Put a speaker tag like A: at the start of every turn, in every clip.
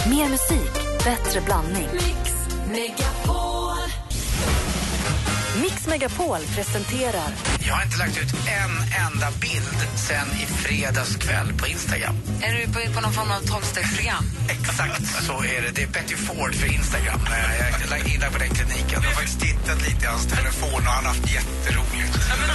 A: Mer musik, bättre blandning.
B: Mix Megapol.
A: Mix Megapol presenterar...
C: Jag har inte lagt ut en enda bild sen i fredagskväll på Instagram.
B: Är du på någon form av 12-stegsprogram?
C: Exakt så är det. Det är Betty Ford för Instagram. Jag lagt in där på den kliniken. Jag har faktiskt tittat lite i hans telefon och han har haft jätteroligt.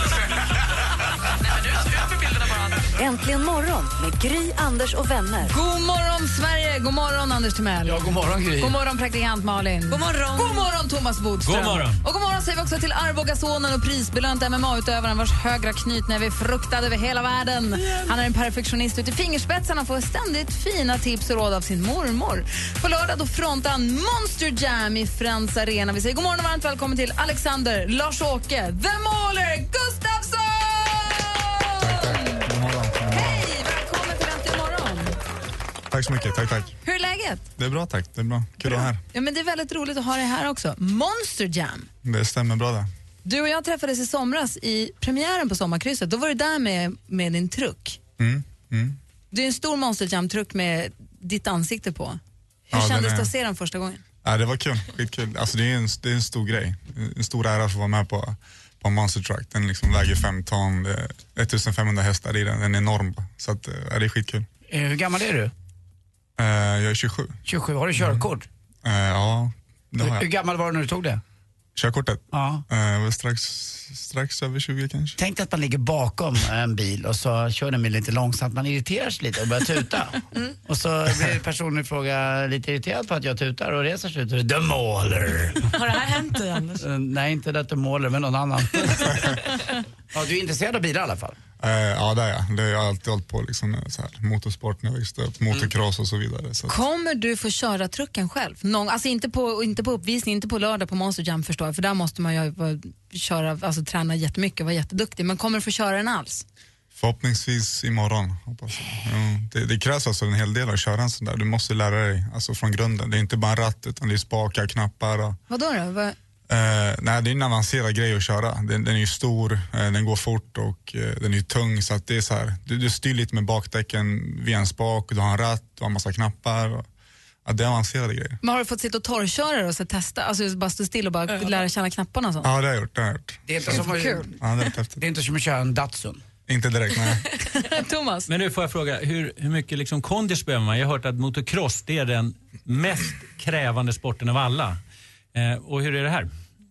A: Äntligen morgon med Gry, Anders och vänner.
B: God morgon Sverige, god morgon Anders Timell.
D: Ja, god morgon Gry.
B: God morgon praktikant Malin. God morgon. God morgon Thomas Bodström.
D: God morgon.
B: Och god morgon säger vi också till Arbogasonen och prisbelönt MMA-utövaren vars högra knytnäve är fruktad över hela världen. Han är en perfektionist ut i fingerspetsarna och får ständigt fina tips och råd av sin mormor. På lördag då frontar han Monster Jam i Friends Arena. Vi säger god morgon och varmt välkommen till Alexander, Lars-Åke, The Mauler, Gustafsson! Hej, välkommen till Äntligen morgon.
E: Tack så mycket, tack.
B: Hur är läget?
E: Det är bra, tack. Det är bra. Kul att vara här.
B: Ja, men det är väldigt roligt att ha dig här också. Monster Jam.
E: Det stämmer bra där.
B: Du och jag träffades i somras i premiären på Sommarkrysset. Då var du där med din truck. Det är en stor Monster Jam-truck med ditt ansikte på. Hur kändes det att se den första gången?
E: Ja, det var kul, skitkul. Alltså det är en stor grej. En stor ära att få vara med på en Monster Truck. Den liksom väger 5 ton, 1500 hästar i den. Den är enorm. Så att, det är skitkul.
D: Hur gammal är du?
E: Jag är 27.
D: 27, har du körkort?
E: Ja, det har
D: Hur
E: jag.
D: gammal var du när du tog det?
E: Körkortet?
D: Ja.
E: Var strax över 20 kanske.
D: Tänk att man ligger bakom en bil och så kör den med lite långsamt. Man irriterar sig lite och börjar tuta. Och så blir personen i fråga lite irriterad på att jag tutar och reser sig ut och det är The Mauler.
B: Har det här hänt dig, Anders?
D: Nej, inte det The Mauler, men någon annan. Ja, du är intresserad av bilar i alla fall?
E: Ja, det är jag. Det har jag alltid hållit på liksom, så här, motorsport när jag växte upp, motocross och så vidare. Så.
B: Kommer du få köra trucken själv? Alltså inte på uppvisning, inte på lördag på Monster Jam förstår jag, för där måste man ju köra, alltså träna jättemycket och vara jätteduktig. Men kommer du få köra den alls?
E: Förhoppningsvis imorgon, hoppas jag. Det krävs alltså en hel del att köra en sån där. Du måste lära dig alltså från grunden. Det är inte bara en ratt utan det är spakar, knappar. Och...
B: Vadå då?
E: Nej, det är en avancerad grej att köra. Den är ju stor, den går fort och den är ju tung. Så att det är så här, du styr lite med bakdäcken via en spak, du har en ratt, du har en massa knappar. Och, ja, det är avancerade grejer.
B: Men har du fått sitta och torrköra och så testa? Alltså bara stå still och bara lära känna knapparna och sånt?
E: Ja, det har jag gjort.
D: Det är inte som
E: Det är
D: inte som att köra en Datsun.
E: inte direkt, nej.
B: Thomas?
F: Men nu får jag fråga, hur mycket liksom kondis behöver man? Jag har hört att motocross, det är den mest krävande sporten av alla. Och hur är det här?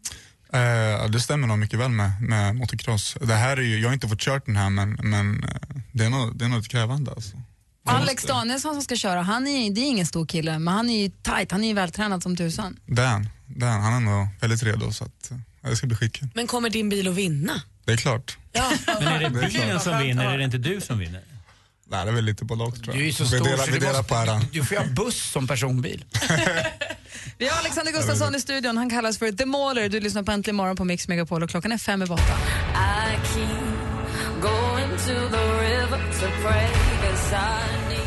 E: Det stämmer nog mycket väl med motocross. Det här är ju, jag har inte fått kört den här men det är något krävande alltså.
B: Alex Danielsson som ska köra, det är ingen stor kille, men han är ju tight, han är ju vältränad som tusan.
E: Han är nog väldigt redo så att det ska bli skitkul.
G: Men kommer din bil att vinna?
E: Det är klart.
G: Ja.
F: Men är det bilen som vinner, är det inte du som vinner?
E: Nej, det är väl lite på lågt tror jag.
D: Du är ju så stor
E: vi delar på äran.
D: du får ju ha buss som personbil.
B: Vi har Alexander Gustafsson i studion, han kallas för The Mauler. Du lyssnar på Äntligen morgon på Mix Megapol och klockan är 5:08.
G: I keep going to the river to pray beside me.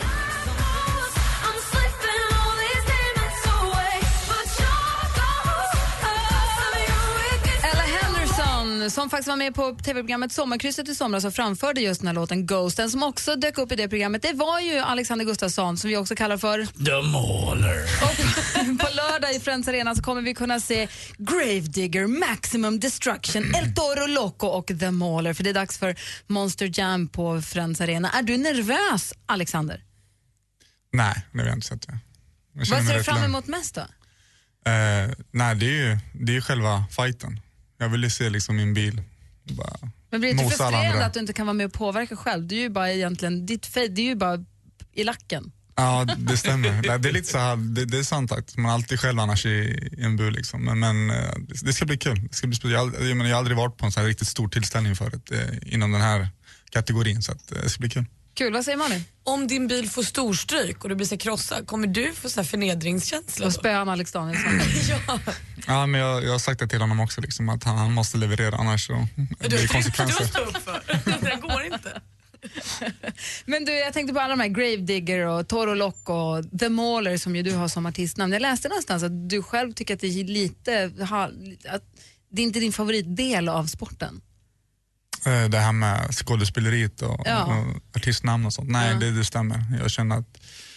B: Som faktiskt var med på tv-programmet Sommarkrysset i somras och framförde just den här låten Ghosten som också dök upp i det programmet. Det var ju Alexander Gustafsson som vi också kallar för
D: The Mauler.
B: Och på lördag i Friends Arena så kommer vi kunna se Gravedigger, Maximum Destruction, El Toro Loco och The Mauler. För det är dags för Monster Jam på Friends Arena. Är du nervös, Alexander?
E: Nej, det vill jag inte säga.
B: Vad ser du fram emot mest då?
E: Nej, det är ju själva fighten. Jag ville se liksom min bil.
B: Men blir det inte frustrerande att du inte kan vara med och påverka själv? Det är ju bara egentligen, det är ju bara i lacken.
E: Ja, det stämmer. Det är lite så här, det är sant att man alltid själv annars i en bur liksom. Men det ska bli kul. Det ska bli speciellt. Jag har aldrig varit på en så här riktigt stor tillställning förut inom den här kategorin så att det ska bli kul.
B: Kul, vad säger Malin?
G: Om din bil får storstryk och du blir så krossad, kommer du få så här förnedringskänsla?
B: Och spöan Alex Danielsson.
G: Ja,
E: men jag har sagt det till honom också liksom, att han måste leverera annars så blir det konsekvenser.
G: Du står upp för. Det går inte.
B: Men du, jag tänkte på alla de här Gravedigger och Toro Loco och The Mauler som ju du har som artistnamn. Jag läste någonstans att du själv tycker att det är att det är inte din favoritdel av sporten.
E: Det här med skådespeleriet och artistnamn och sånt. Nej, det stämmer. Jag känner att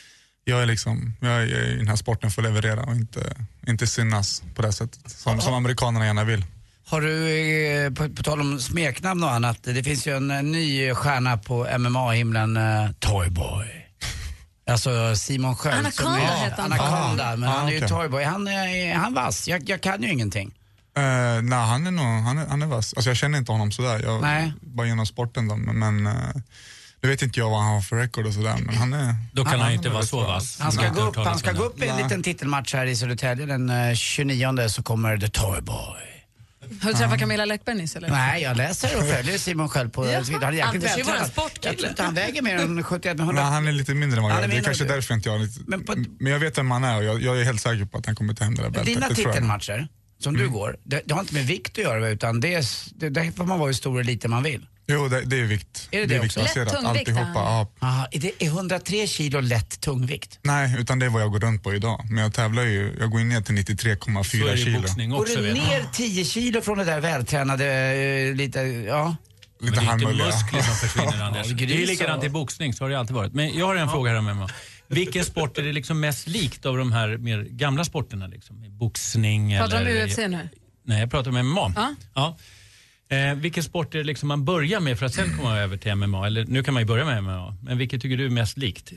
E: jag är i den här sporten för att leverera och inte synas på det sättet som amerikanerna gärna vill.
D: Har du, på tal om smeknamn och annat, det finns ju en ny stjärna på MMA-himlen, Toyboy. Alltså Simon Sköld.
B: Anaconda heter han.
D: Anaconda, men han är ju
E: okej.
D: Toyboy. Han vass. Jag kan ju ingenting.
E: Nej, han är vass. Alltså jag känner inte honom sådär.
D: Nej.
E: Bara genom sporten då, men det vet inte jag vad han har för record och sådär, men han är...
F: Då kan han inte vara så vass.
D: Han ska gå upp i en liten titelmatch här i Södertälje den 29, så kommer The Toyboy.
B: Har du träffat Camilla Läckberg nyss eller?
D: Nej, jag läser och följer Simon själv på Twitter. Han är jäkligt
H: Anders är ju våran
D: vältränad.
H: sportkille.
D: Jag tror inte han väger mer än 71-100.
E: Nej, han är lite mindre än vad jag är. Det är kanske därför inte jag är lite... Men jag vet vem han är och jag är helt säker på att han kommer ta hem det där bältet.
D: Dina titelmatcher som du går, det har inte med vikt att göra, utan där får man vara hur stor eller lite man vill.
E: Jo, det är vikt.
D: Är det också?
E: viktbaserat.
B: Lätt tungvikt,
E: Alltihopa, ja.
D: Aha, det är 103 kilo lätt tungvikt.
E: Nej, utan det är vad jag går runt på idag. Men jag tävlar ju, jag går ner till 93,4
F: Så är det i
E: kilo.
F: boxning
D: Går
F: också.
D: du
F: vet
D: ner 10 kilo från det där vältränade, lite, ja.
F: Men
E: Lite
F: det är inte
E: handmöjliga.
F: muskler som försvinner, Anders.
D: Ja,
F: Det är likadant i boxning, så har det alltid varit. Men jag har en fråga här med mig. Vilken sport är det liksom mest likt av de här mer gamla sporterna? Liksom? Boxning
B: Pratar du
F: eller...
B: om UFC nu?
F: Nej, jag pratar om MMA.
B: Ja.
F: Ja. Vilken sport är det liksom man börjar med för att sen komma över till MMA? Eller nu kan man ju börja med MMA. Men vilket tycker du är mest likt?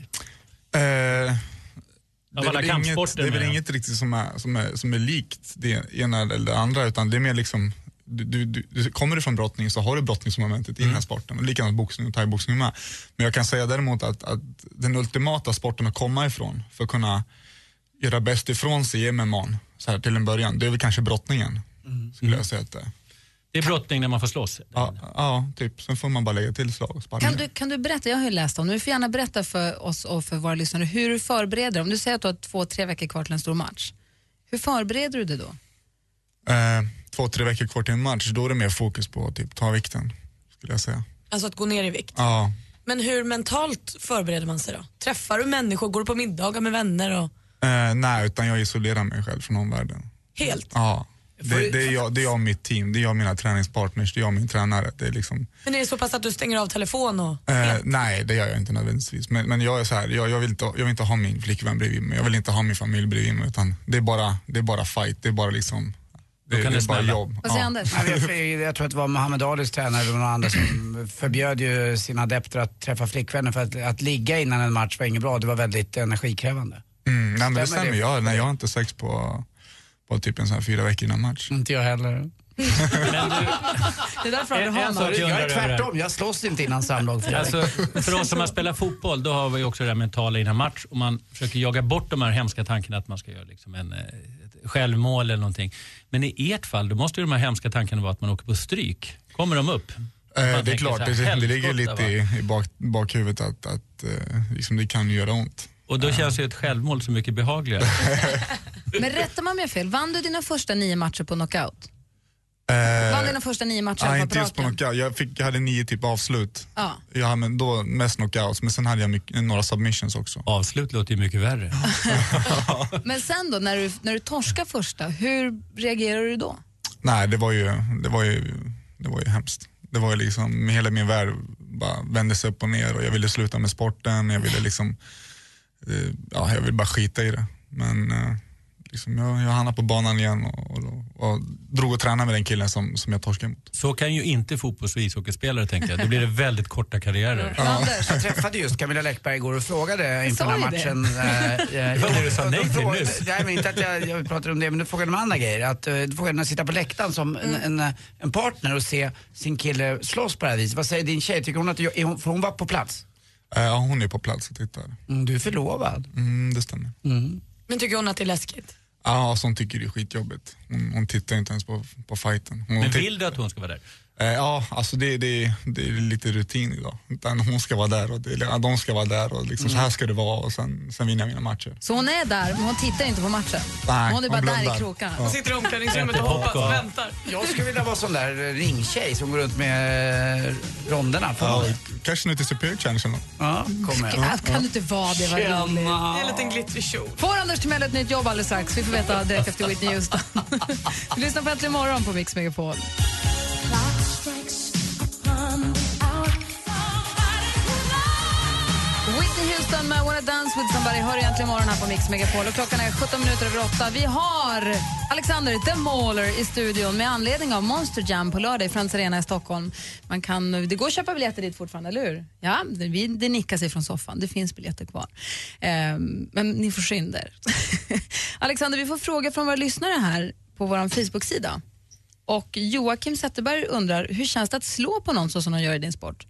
F: Av alla kampsporter.
E: Det är väl inget riktigt som är likt det ena eller det andra, utan det är mer liksom du kommer du från brottning så har du brottningsmomentet i den här sporten, och likadant boxning och thaiboxning med. Men jag kan säga däremot att den ultimata sporten att komma ifrån för att kunna göra bäst ifrån sig i MMA så här till en början, det är väl kanske brottningen, skulle jag säga att det är.
F: Det är brottning när man får slåss.
E: Ja, typ. Sen får man bara lägga till slag och sparring.
B: Kan du berätta, jag har ju läst om det, du får gärna berätta för oss och för våra lyssnare hur du förbereder. Om du säger att du har 2-3 veckor kvar till en stor match, hur förbereder du det då?
E: 2-3 veckor kvar till en match, då är det mer fokus på typ ta vikten, skulle jag säga.
H: Alltså att gå ner i vikt.
E: Ja.
H: Men hur mentalt förbereder man sig då? Träffar du människor, går du på middagar med vänner och...
E: Nej, utan jag isolerar mig själv från omvärlden.
H: Helt?
E: Ja. Det är jag och mitt team, det är jag och mina träningspartners, det är jag och min tränare. Det är liksom...
H: Men är det så pass att du stänger av telefon och...
E: Nej, det gör jag inte nödvändigtvis. Men jag är så här, jag vill inte ha min flickvän bredvid mig, jag vill inte ha min familj bredvid mig, utan det är bara fight, det är bara liksom... Det är bara jobb.
B: Vad säger Anders?
D: Jag tror att det var Muhammad Alis tränare eller någon annan som förbjöd ju sina adepter att träffa flickvänner för att ligga innan en match var inget bra, det var väldigt energikrävande.
E: Nej, men det stämmer, jag har inte sex på typ en sån här 4 veckor innan match.
D: Inte jag heller.
F: Men du,
B: Det är därför du har någon.
D: Jag är tvärtom, jag slåss inte innan samlag 4 veckor.
F: alltså, för oss som har spelat fotboll, då har vi också det där mentala innan match, och man försöker jaga bort de här hemska tankarna att man ska göra liksom ett självmål eller någonting. Men i ert fall, då måste ju de här hemska tankarna vara att man åker på stryk. Kommer de upp?
E: Det är klart, det ligger lite i bakhuvudet att liksom det kan göra ont.
F: Och då känns ju ett självmål så mycket behagligare.
B: Men rättar man mig fel, vann du dina första 9 matcher på knockout? Vann dina första 9 matcher på
E: inte just på
B: raken?
E: knockout. Jag hade 9 typ avslut.
B: Ja.
E: Ja, men då mest knockouts, men sen hade jag några submissions också.
F: Avslut låter ju mycket värre.
B: Men sen då, när du torskar första, hur reagerar du då?
E: Nej, det var ju hemskt. Det var ju liksom, hela min värld bara vände sig upp och ner, och jag ville sluta med sporten, jag ville liksom jag ville bara skita i det. Men liksom jag hamnade på banan igen och drog och tränade med den killen som jag torskade mot.
F: Så kan ju inte fotbolls- och ishockeyspelare tänka. Då blir det väldigt korta karriärer.
B: Anders?
D: Jag träffade just Camilla Läckberg igår och frågade inför den här
B: sa ju
D: matchen.
F: Det var det du sa nej till nyss.
D: Nej, men inte att jag pratade om det, men du frågade om andra grejer. Att du frågade henne att sitta på läktaren som en partner och se sin kille slåss på det här viset. Vad säger din tjej? Tycker hon att för hon var på plats?
E: Ja, hon är på plats och tittar.
D: Du är förlovad.
E: Det stämmer.
H: Men tycker hon att det är läskigt?
E: Ja, så hon tycker det är skitjobbigt. Hon tittar inte ens på fighten.
F: Men vill du att hon ska vara där?
E: Ja, alltså det är lite rutin idag. Utan hon ska vara där och de ska vara där och liksom så här ska det vara, och sen vinner jag mina matcher.
B: Så hon är där, men hon tittar inte på matchen?
E: Nej,
B: hon är bara där
E: blundar.
B: i krokarna?
H: Hon sitter i omklädningsrummet och hoppas och väntar.
D: Jag skulle vilja vara sån där ringtjej som går runt med ronderna.
E: Kanske nu till Superior Challenge eller något.
D: Ja, kommer jag.
B: Kan du inte vara det? Vad roligt.
H: Det är en liten glittrig kjol.
B: Får Anders Timell ett nytt jobb alldeles strax? Vi får veta direkt efter Whitney Houston. Vi lyssnar på Äntligen morgon på Mix Megapol. Whitney Houston Houston med Wanna Dance with Somebody hör egentligen imorgon här på Mix Megapol. Och klockan är 17:17. Vi har Alexander The Mauler i studion med anledning av Monster Jam på lördag i Friends Arena i Stockholm. Det går att köpa biljetter dit fortfarande, eller hur? Ja, det nickas ifrån soffan. Det finns biljetter kvar. Men ni får skynda er. Alexander, vi får fråga från våra lyssnare här på vår Facebook-sida. Och Joakim Zetterberg undrar, hur känns det att slå på någon så som de gör i din sport?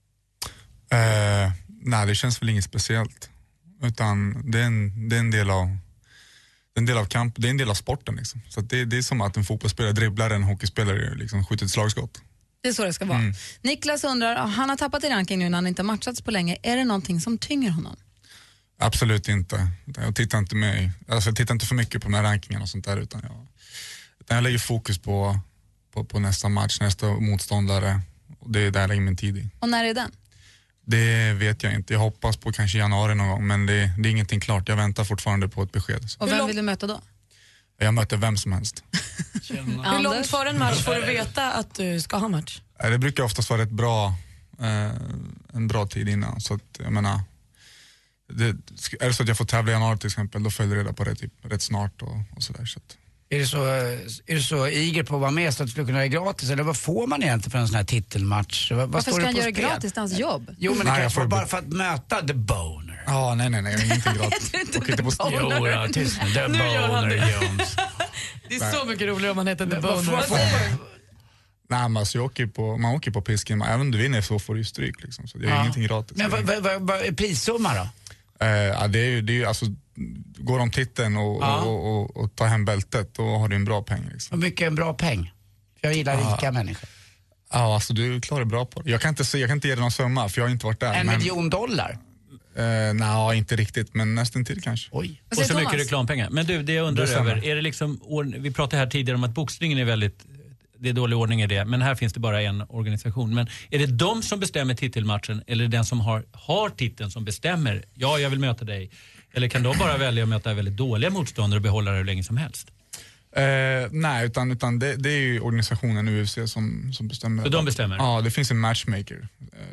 E: Nej, det känns väl inget speciellt. Utan det är en del av kamp, det är en del av sporten liksom. Så att det är som att en fotbollsspelare dribblar, en hockeyspelare liksom skjuter ett slagskott.
B: Det är så det ska vara. Niklas undrar, han har tappat i ranking nu när han inte matchats på länge. Är det någonting som tynger honom?
E: Absolut inte. Jag tittar inte för mycket på de här rankingarna och sånt där, utan jag lägger fokus på nästa match, nästa motståndare, och det är där jag lägger min tid i.
B: Och när är den?
E: Det vet jag inte. Jag hoppas på kanske januari någon gång, men det är ingenting klart. Jag väntar fortfarande på ett besked.
B: Och vem vill du möta då?
E: Jag möter vem som helst.
H: Hur långt före en match får du veta att du ska ha match?
E: Det brukar oftast vara en bra tid innan. Så att, jag menar, är det så att jag får tävla i januari till exempel, då följer jag reda på det typ rätt snart och sådär. Så att.
D: Är du så eager på att vara med så att du skulle kunna göra gratis? Eller vad får man egentligen för en sån här titelmatch?
B: Varför ska han göra gratis till hans jobb?
D: Jo, men det kanske var bara för att möta The Boner.
E: Ja, nej, inte gratis.
D: Och inte på jo, tyst nu. The Boner Jones.
H: Det är så mycket roligare om man heter The Boner.
E: Nej, men alltså, man åker på pisken. Även om du vinner så får du ju stryk liksom. Så det är ingenting gratis.
D: Men vad är prissumma då?
E: Det är ju alltså, går om titeln och tar hem bältet, då har du en bra peng liksom.
D: Hur mycket är en bra peng? För jag gillar rika människor.
E: Ja, alltså du klarar bra på det. Jag kan inte ge dig någon summa, för jag har inte varit där.
D: $1 miljon?
E: Nej, inte riktigt, men nästan till kanske.
F: Oj. Och så mycket reklampengar. Men du, det jag undrar över, är det liksom, vi pratade här tidigare om att boxningen är det är dålig ordning i det, men här finns det bara en organisation. Men är det de som bestämmer titelmatchen, eller är det den som har titeln som bestämmer, ja, jag vill möta dig? Eller kan de bara välja att möta väldigt dåliga motståndare och behålla det hur länge som helst?
E: Nej, utan det är ju organisationen UFC som bestämmer.
F: Så de bestämmer?
E: Ja, det finns en matchmaker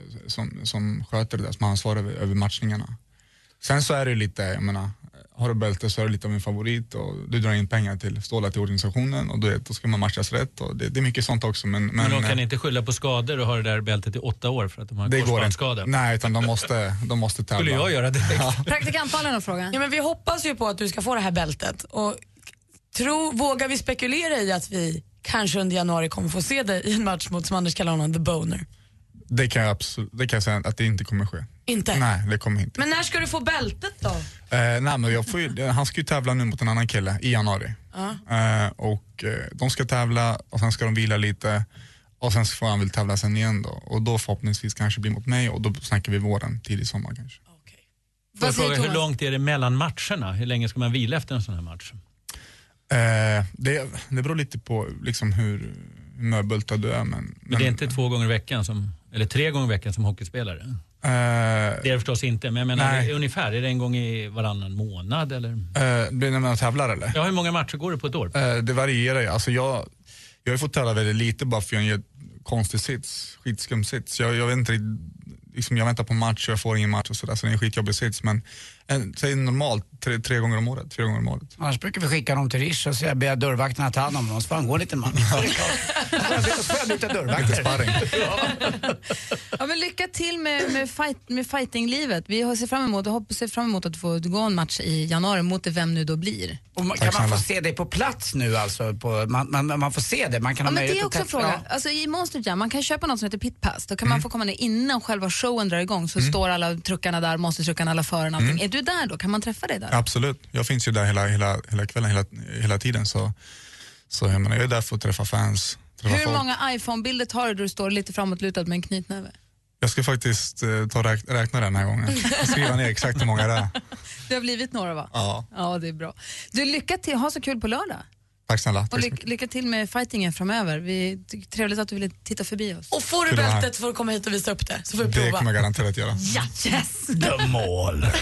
E: som sköter det där, som har ansvar över matchningarna. Sen så är det lite, jag menar, har du bälte så är det lite av en favorit och du drar in pengar till organisationen och då ska man matchas rätt och det är mycket sånt också. Men
F: de kan inte skylla på skador och ha det där bältet i 8 år för att de har en korsbandsskada?
E: Nej, utan de måste tävla.
F: Skulle jag göra det? Ja.
B: Praktikantfallen och frågan.
H: Ja, men vi hoppas ju på att du ska få det här bältet och vågar vi spekulera i att vi kanske under januari kommer få se dig i en match mot, som Anders kallar honom, The Boner?
E: Det kan jag säga att det inte kommer ske.
H: Inte?
E: Nej, det kommer inte.
H: Men när ska du få bältet då?
E: Nej, men han ska ju tävla nu mot en annan kille i januari. Och de ska tävla och sen ska de vila lite och sen får han väl tävla sen igen då. Och då förhoppningsvis kanske blir mot mig och då snackar vi våren, tidig sommar kanske.
F: Får jag fråga, hur långt är det mellan matcherna? Hur länge ska man vila efter en sån här match?
E: Det beror lite på liksom hur möbultad du är. Men
F: det är inte 2 gånger i veckan eller 3 gånger i veckan som hockeyspelare? Det är det förstås inte, men jag menar ungefär, är det en gång i varannan månad eller?
E: Blir det när man tävlar eller?
F: Ja, hur många matcher går det på ett år?
E: Det varierar ju, alltså jag har fått tävla väldigt lite bara för jag har en konstig sits, skitskum sits. Jag vet inte, liksom jag väntar på match och jag får ingen match och sådär, så det är en skitjobbig sits, men säg normalt 3 gånger om året.
D: Annars brukar vi skicka dem till Rish och säga be dörrvakterna ta hand om dem, så får han gå en liten man. Så får jag byta dörrvakter.
B: Ja, men lycka till med fightinglivet. Vi ser fram emot att få gå en match i januari mot vem nu då blir.
D: Och kan man få se dig på plats nu alltså? Man får se det, man kan ha
B: men det är också en fråga. Alltså, i Monster Jam, man kan köpa något som heter Pit Pass. Då kan man få komma ner innan själva showen drar igång, så står alla truckarna där, monstertruckarna, alla förarna, allting. Är du där då? Kan man träffa dig där?
E: Absolut, jag finns ju där hela kvällen, hela tiden, så jag menar, jag är där för att träffa fans.
B: Hur många iPhone-bilder tar du där du står lite framåtlutad med en knytnäve?
E: Jag ska faktiskt räkna den här gången. Skriva ner exakt hur många det är.
B: Det har blivit några, va?
E: Ja.
B: Ja, det är bra. Du, lycka till, ha så kul på lördag.
E: Tack snälla.
B: Och lycka till med fightingen framöver. Trevligt att du ville titta förbi oss.
H: Och får du bältet får du komma hit och visa upp det, så får vi prova.
E: Det kommer jag garanterat göra.
B: Ja, yes!
D: The Mauler.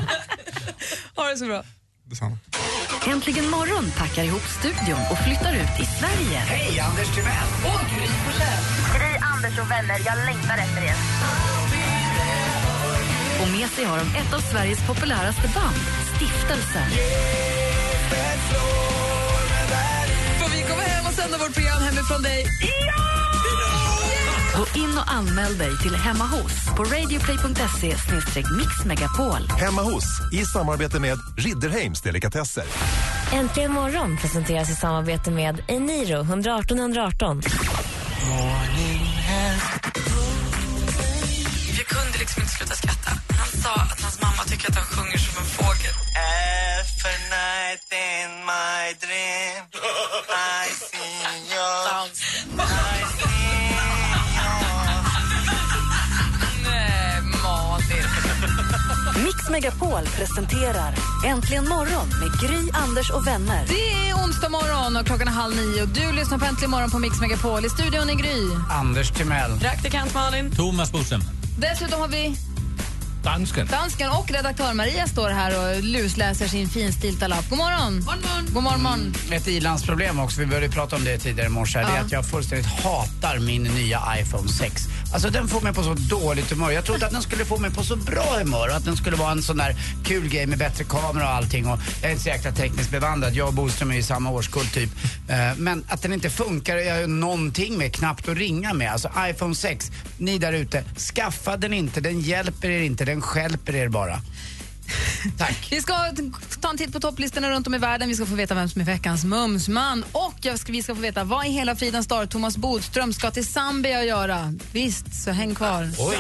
B: Ha det så bra.
E: Detsamma.
A: Äntligen morgon packar ihop studion och flyttar ut i Sverige.
D: Hej, Anders Timell.
B: Och Gry Forssell.
I: Gry, Anders och vänner, jag längtar efter er.
A: Och med sig har de ett av Sveriges populäraste band, Stiftelsen.
B: Får vi komma hem och sända vårt program hemifrån dig?
A: Gå in och anmäl dig till Hemma hos på radioplay.se/mixmegapol.
I: Hemma hos, i samarbete med Ridderheims Delikatesser.
J: Äntligen morgon presenteras i samarbete med Eniro 118 118.
H: Jag kunde liksom inte sluta skratta. Han sa att hans mamma tycker att han sjunger som en fågel.
C: Every night in my dream I see you.
B: Nej, Malin.
A: Mix Megapol presenterar Äntligen morgon med Gry, Anders och vänner.
B: Det är onsdag morgon och klockan är 8:30 och du lyssnar på Äntligen morgon på Mix Megapol. I studion är Gry.
D: Anders Timell.
H: Praktikant Malin.
F: Thomas Bodström.
B: Dessutom har vi
F: Dansken
B: och redaktör Maria står här och lusläser sin finstilta lapp. God morgon. God morgon.
D: Ett ilandsproblem också, vi började prata om det tidigare i morse. Det är att jag fullständigt hatar min nya iPhone 6. Alltså den får mig på så dåligt humör. Jag trodde att den skulle få mig på så bra humör och att den skulle vara en sån där kul grej med bättre kamera och allting. Och jag är inte så jäkla tekniskt bevandrad. Jag och Boström är i samma årskull typ. Men att den inte funkar är ju någonting med, knappt att ringa med. Alltså iPhone 6, ni där ute, skaffa den inte, den hjälper er inte, den stjälper er bara. Tack.
B: Vi ska ta en titt på topplistorna runt om i världen. Vi ska få veta vem som är veckans mumsman. Och vi ska få veta vad i hela fridens dag Thomas Bodström ska till Zambia göra. Visst, så häng kvar.
D: Oj.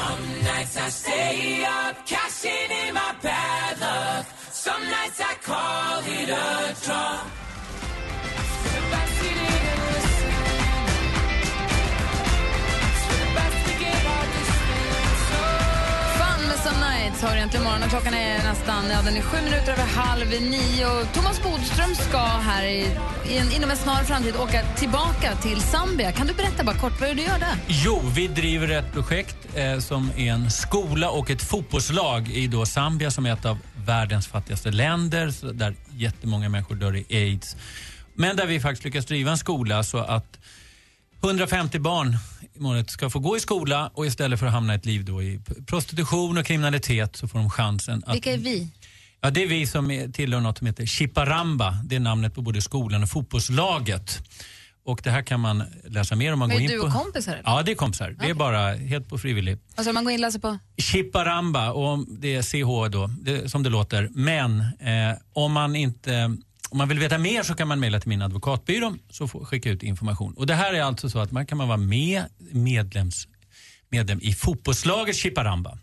B: Har egentligen morgon och klockan är nästan, den är 7 minuter över 8:30. Thomas Bodström ska här inom en snar framtid åka tillbaka till Zambia. Kan du berätta bara kort vad du gör där?
F: Jo, vi driver ett projekt som är en skola och ett fotbollslag i då Zambia som är ett av världens fattigaste länder där jättemånga människor dör i AIDS. Men där vi faktiskt lyckas driva en skola så att 150 barn i månaden ska få gå i skola och istället för att hamna ett liv då i prostitution och kriminalitet så får de chansen att...
B: Vilka är vi?
F: Ja, det är vi som tillhör något som heter Chiparamba. Det är namnet på både skolan och fotbollslaget. Och det här kan man läsa mer om man går in på...
B: Men du och kompisar? Eller?
F: Ja, det är kompisar. Okay. Det är bara helt på frivillig.
B: Alltså man går in och läser på?
F: Chiparamba, och det är CH då, som det låter. Men om man vill veta mer så kan man mejla till min advokatbyrå så får skicka ut information. Och det här är alltså så att man kan vara medlem i fotbollslaget Chiparamba.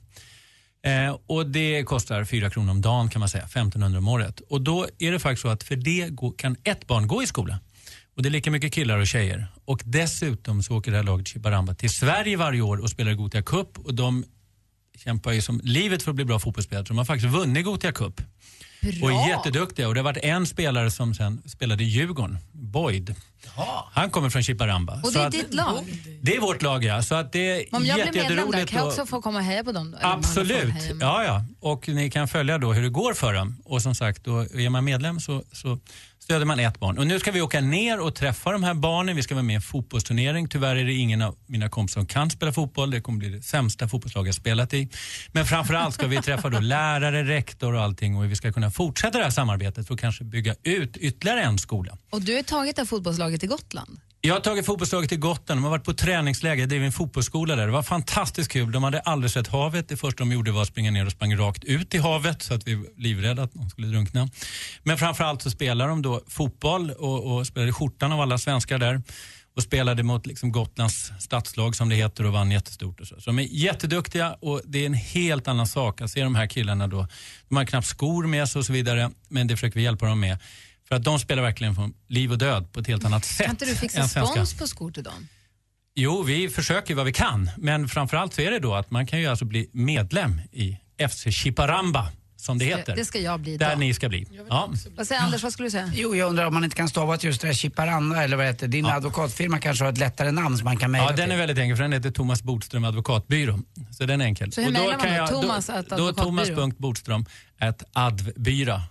F: Och det kostar 4 kronor om dagen kan man säga, 1500 om året. Och då är det faktiskt så att för det kan ett barn gå i skola. Och det är lika mycket killar och tjejer. Och dessutom så åker det här laget Chiparamba till Sverige varje år och spelar Gothia Cup. Och de kämpar ju som livet för att bli bra fotbollsspelare. Så de har faktiskt vunnit Gothia Cup. Bra. Och är jätteduktiga. Och det har varit en spelare som sen spelade i Djurgården, Boyd. Ja. Han kommer från Chiparamba.
B: Och det är ditt lag?
F: Det är vårt lag, ja. Så att det är
B: om jag blir medlem där, kan jag
F: och...
B: också få komma och heja på dem då?
F: Absolut, ja. Och ni kan följa då hur det går för dem. Och som sagt, då är man medlem så stöder man ett barn. Och nu ska vi åka ner och träffa de här barnen. Vi ska vara med i en fotbollsturnering. Tyvärr är det ingen av mina kompisar som kan spela fotboll. Det kommer bli det sämsta fotbollslag jag spelat i. Men framförallt ska vi träffa då lärare, rektor och allting. Och vi ska kunna fortsätta det här samarbetet för att kanske bygga ut ytterligare en skola.
B: Och du har tagit det här fotbollslaget till Gotland? Jag
F: har tagit fotbollslaget till Gotland. De har varit på träningsläger. Det är en fotbollsskola där. Det var fantastiskt kul. De hade aldrig sett havet. Det första de gjorde var att springa ner och sprang rakt ut i havet så att vi var livrädda att de skulle drunkna. Men framförallt så spelar de då fotboll och spelade skjortan av alla svenskar där. Och spelade mot liksom Gotlands stadslag som det heter och vann jättestort. Och så de är jätteduktiga och det är en helt annan sak. Jag ser de här killarna då. De har knappt skor med sig och så vidare. Men det försöker vi hjälpa dem med. För att de spelar verkligen från liv och död på ett helt annat sätt.
B: Kan inte du fixa spons på skor till dem?
F: Jo, vi försöker vad vi kan. Men framförallt så är det då att man kan ju alltså bli medlem i FC Chiparamba, som det heter.
B: Det ska jag bli
F: där
B: då.
F: Ni ska bli. Ja.
B: Vad säger Anders, vad skulle du säga?
D: Jo, jag undrar om man inte kan stava till just det här Chiparanda eller vad heter. Din advokatfirma kanske har ett lättare namn som man kan mejla till.
F: Ja, den är väldigt enkel för den heter Thomas Bodström advokatbyrå. Så den är enkel.
B: Så hur mejlar man då?
F: Thomas.Bodström @advbyra.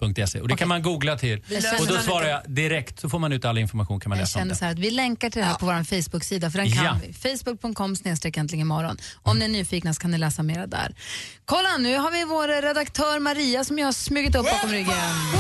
F: .se. Och det kan man googla till. Och då svarar jag direkt, så får man ut all information, kan man läsa om det.
B: Så här att vi länkar till det här på vår Facebook-sida, för den kan vi. Facebook.com/äntligen Om ni är nyfikna så kan ni läsa mer där. Kolla, nu har vi vår redaktör Maria som jag har smugit upp bakom ryggen.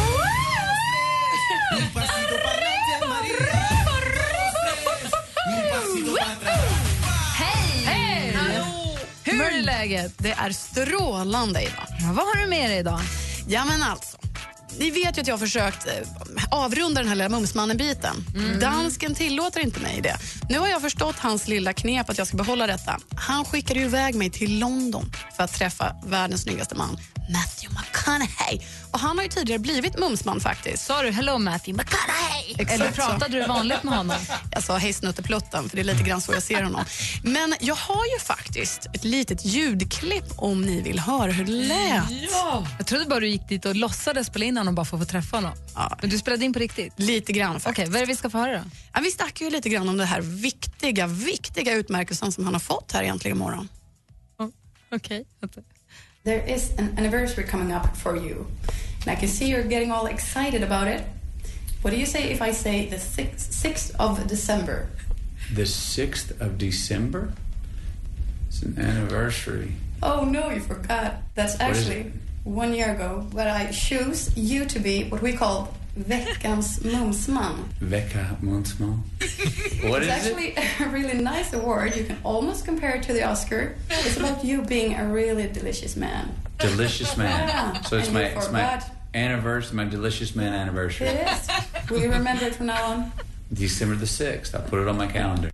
B: Hej! Hur är läget?
K: Det är strålande idag.
B: Ja, vad har du med dig idag?
K: Ja, men alltså. Ni vet ju att jag har försökt avrunda den här lilla mumsmannen-biten. Dansken tillåter inte mig det. Nu har jag förstått hans lilla knep att jag ska behålla detta. Han skickade ju iväg mig till London för att träffa världens snyggaste man, Matthew McConaughey. Och han har ju tidigare blivit mumsman faktiskt.
B: Sa du hello Matthew McConaughey? Eller pratade du vanligt med honom?
K: Jag sa hej snuttepluttan, för det är lite grann så jag ser honom. Men jag har ju faktiskt ett litet ljudklipp om ni vill höra hur det lät.
B: Ja! Jag trodde bara du gick dit och låtsades spela in honom bara för att få träffa honom.
K: Ja.
B: Men du spelade in på riktigt?
K: Lite grann faktiskt.
B: Okej, vad är det vi ska få höra då?
K: Ja, vi snackar ju lite grann om det här viktiga utmärkelsen som han har fått här egentligen imorgon.
B: Okej.
K: There is an anniversary coming up for you. And I can see you're getting all excited about it. What do you say if I say the 6th of December?
L: The 6th of December? It's an anniversary.
K: Oh no, you forgot. That's actually 1 year ago. But I choose you to be what we call Veckans Mumsman.
L: Vecka Mumsman? What is
K: It's actually a really nice award. You can almost compare it to the Oscar. It's about you being a really delicious man.
L: Delicious man.
K: Yeah.
L: So it's
K: And
L: my,
K: you
L: it's my
K: forgot.
L: anniversary, my delicious man anniversary.
K: It is. Will you remember it from now on?
L: December the 6th. I'll put it on my calendar.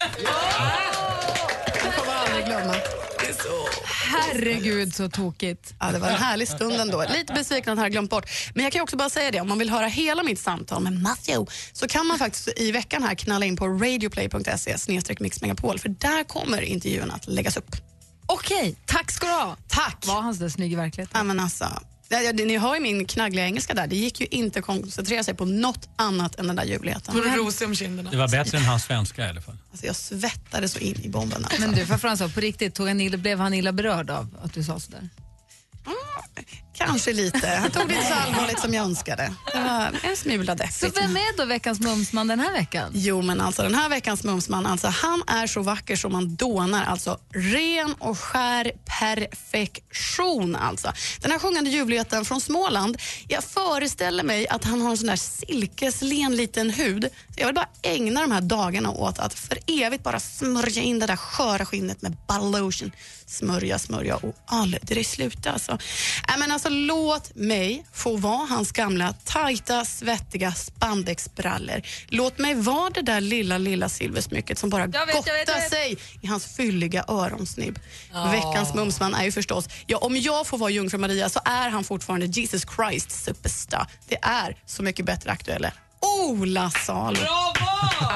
K: Det kommer jag aldrig glömma.
B: Herregud, så tokigt.
K: Ja, det var en härlig stund ändå. Lite besviken att jag glömt bort. Men jag kan också bara säga det, om man vill höra hela mitt samtal med Matthew så kan man faktiskt i veckan här knalla in på radioplay.se/mixmegapol, för där kommer intervjun att läggas upp.
B: Okej, tack ska du ha.
K: Tack.
B: Var han så där snygg i verkligheten?
K: Ja, men alltså, ni har ju min knaggliga engelska där. Det gick ju inte att koncentrera sig på något annat än den där ljuvligheten.
H: Får du rosig om kinderna?
F: Det var bättre än hans svenska i alla fall.
K: Alltså, jag svettade så in i bomben. Alltså.
B: Men du, för Frans, på riktigt, blev han illa berörd av att du sa sådär?
K: Kanske lite. Han tog det inte så allvarligt som jag önskade. Det var en smula deppigt.
B: Så vem är då veckans mumsman den här veckan?
K: Jo, men alltså den här veckans mumsman, alltså, han är så vacker som man dånar. Alltså ren och skär perfektion. Alltså. Den här sjungande ljuvligheten från Småland, jag föreställer mig att han har en sån där silkeslen liten hud. Så jag vill bara ägna de här dagarna åt att för evigt bara smörja in det där sköra skinnet med ballotion. Smörja och aldrig sluta. Alltså. Men alltså, låt mig få vara hans gamla tajta, svettiga spandexbrallor. Låt mig vara det där lilla silversmycket som bara gottar sig i hans fylliga öronsnibb. Veckans mumsman är ju förstås, om jag får vara Jungfru Maria så är han fortfarande Jesus Christ superstar. Det är så mycket bättre aktuella. Ola Salo.
H: Bravo!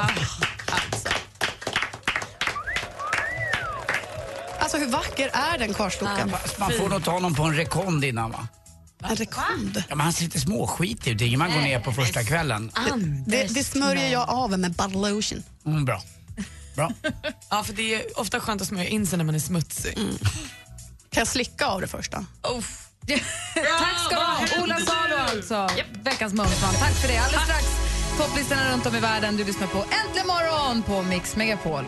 K: Alltså hur vacker är den karlslokan?
D: Man får nog ta honom på en rekond innan, va?
K: En rekond?
D: Ja, men han ser lite småskit ut. Det är ingen man går ner på första kvällen.
K: Det smörjer jag av med ballotion.
D: Bra.
H: Ja, för det är ofta skönt att smörja in sig när man är smutsig.
K: Kan jag slicka av det första?
B: Tack ska du ha, Ola Salo alltså. Veckans mumsman. Tack för det. Alldeles strax topplistorna runt om i världen. Du lyssnar på Äntligen morgon på Mix Megapol.